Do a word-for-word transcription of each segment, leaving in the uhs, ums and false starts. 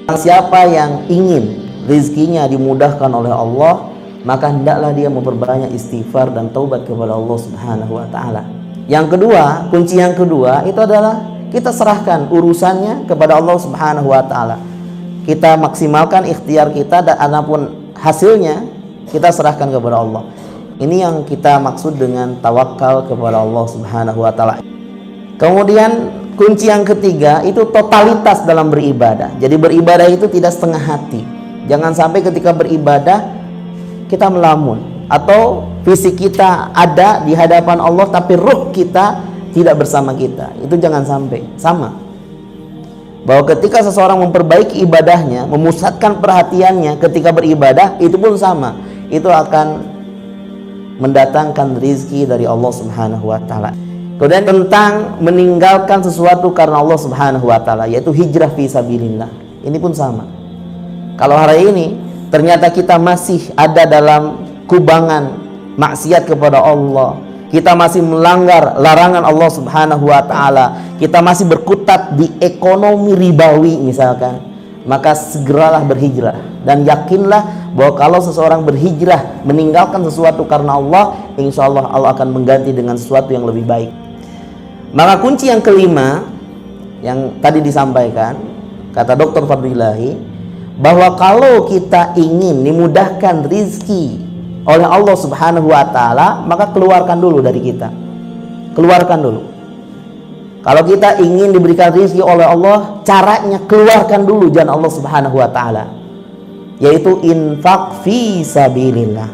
Siapa yang ingin rizkinya dimudahkan oleh Allah, maka hendaklah dia memperbanyak istighfar dan taubat kepada Allah Subhanahu wa taala. Yang kedua, kunci yang kedua itu adalah kita serahkan urusannya kepada Allah Subhanahu wa taala. Kita maksimalkan ikhtiar kita, dan apapun hasilnya kita serahkan kepada Allah. Ini yang kita maksud dengan tawakal kepada Allah Subhanahu wa taala. Kemudian kunci yang ketiga itu totalitas dalam beribadah. Jadi beribadah itu tidak setengah hati. Jangan sampai ketika beribadah kita melamun, atau fisik kita ada di hadapan Allah tapi ruh kita tidak bersama kita. Itu jangan sampai. Sama bahwa ketika seseorang memperbaiki ibadahnya, memusatkan perhatiannya ketika beribadah, itu pun sama. Itu akan mendatangkan rizki dari Allah Subhanahu wa taala. Kemudian tentang meninggalkan sesuatu karena Allah Subhanahu wa taala, yaitu hijrah fi sabilillah. Ini pun sama. Kalau hari ini ternyata kita masih ada dalam kubangan maksiat kepada Allah, kita masih melanggar larangan Allah Subhanahu wa taala, kita masih berkutat di ekonomi ribawi misalkan, maka segeralah berhijrah. Dan yakinlah bahwa kalau seseorang berhijrah meninggalkan sesuatu karena Allah, insya Allah Allah akan mengganti dengan sesuatu yang lebih baik. Maka kunci yang kelima yang tadi disampaikan, kata doktor Fadlilahi, bahwa kalau kita ingin dimudahkan rizki oleh Allah Subhanahu wa taala, maka keluarkan dulu dari kita. Keluarkan dulu. Kalau kita ingin diberikan rizki oleh Allah, caranya keluarkan dulu jalan Allah Subhanahu wa taala, yaitu infak fi sabilillah.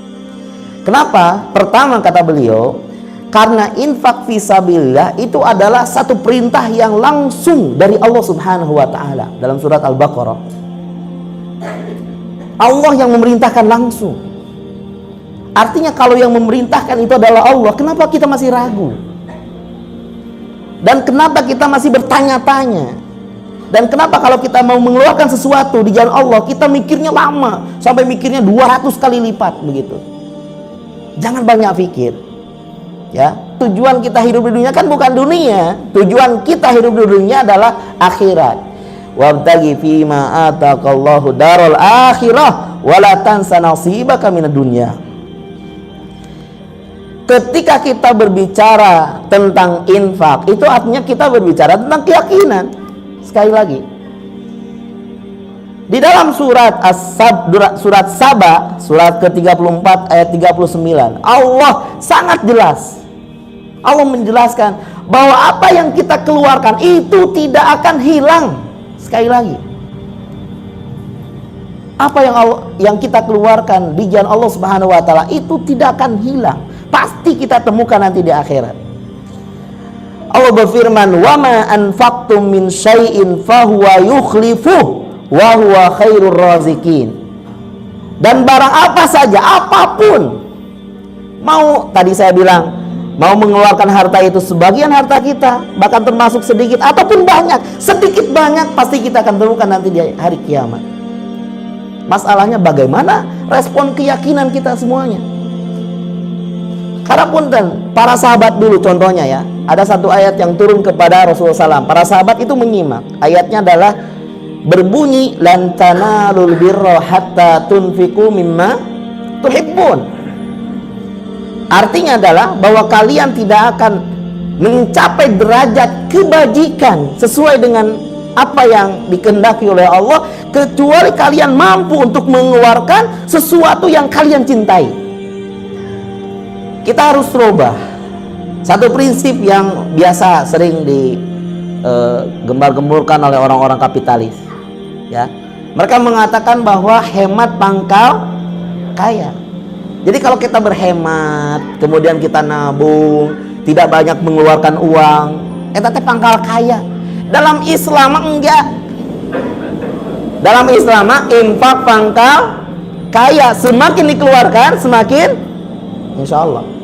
Kenapa? Pertama kata beliau, karena infak fi sabilillah itu adalah satu perintah yang langsung dari Allah Subhanahu wa taala dalam surat Al-Baqarah. Allah yang memerintahkan langsung. Artinya kalau yang memerintahkan itu adalah Allah, kenapa kita masih ragu? Dan kenapa kita masih bertanya-tanya? Dan kenapa kalau kita mau mengeluarkan sesuatu di jalan Allah, kita mikirnya lama, sampai mikirnya dua ratus kali lipat begitu? Jangan banyak pikir. Ya, tujuan kita hidup di dunia kan bukan dunia. Tujuan kita hidup di dunia adalah akhirat. Wabtaghi fima ataqallahu darul akhirah wala tansa nasibaka minad dunya. Ketika kita berbicara tentang infak, itu artinya kita berbicara tentang keyakinan. Sekali lagi, di dalam surat As-Sab, surat Saba, surat ke tiga puluh empat ayat tiga puluh sembilan, Allah sangat jelas. Allah menjelaskan bahwa apa yang kita keluarkan itu tidak akan hilang. Sekali lagi, apa yang Allah, yang kita keluarkan di jalan Allah Subhanahu wa taala itu tidak akan hilang. Pasti kita temukan nanti di akhirat. Allah berfirman, "Wa ma anfaqtum min syai'in fahuwa yukhlifuh wa huwa khairur raziqin." Dan barang apa saja, apapun, mau tadi saya bilang, mau mengeluarkan harta itu sebagian harta kita, bahkan termasuk sedikit ataupun banyak, sedikit banyak pasti kita akan temukan nanti di hari kiamat. Masalahnya bagaimana respon keyakinan kita semuanya. Karena punten, para sahabat dulu contohnya ya, ada satu ayat yang turun kepada Rasulullah shallallahu alaihi wasallam. Para sahabat itu menyimak. Ayatnya adalah berbunyi, lan tanalul birra hatta tunfiqu mimma tuhibbun. Artinya adalah bahwa kalian tidak akan mencapai derajat kebajikan sesuai dengan apa yang dikehendaki oleh Allah, kecuali kalian mampu untuk mengeluarkan sesuatu yang kalian cintai. Kita harus rubah satu prinsip yang biasa sering digembar-gemburkan oleh orang-orang kapitalis. Ya, mereka mengatakan bahwa hemat pangkal kaya. Jadi kalau kita berhemat, kemudian kita nabung, tidak banyak mengeluarkan uang, eta teh pangkal kaya. Dalam Islam enggak. Dalam Islam infak pangkal kaya. Semakin dikeluarkan, semakin insya Allah.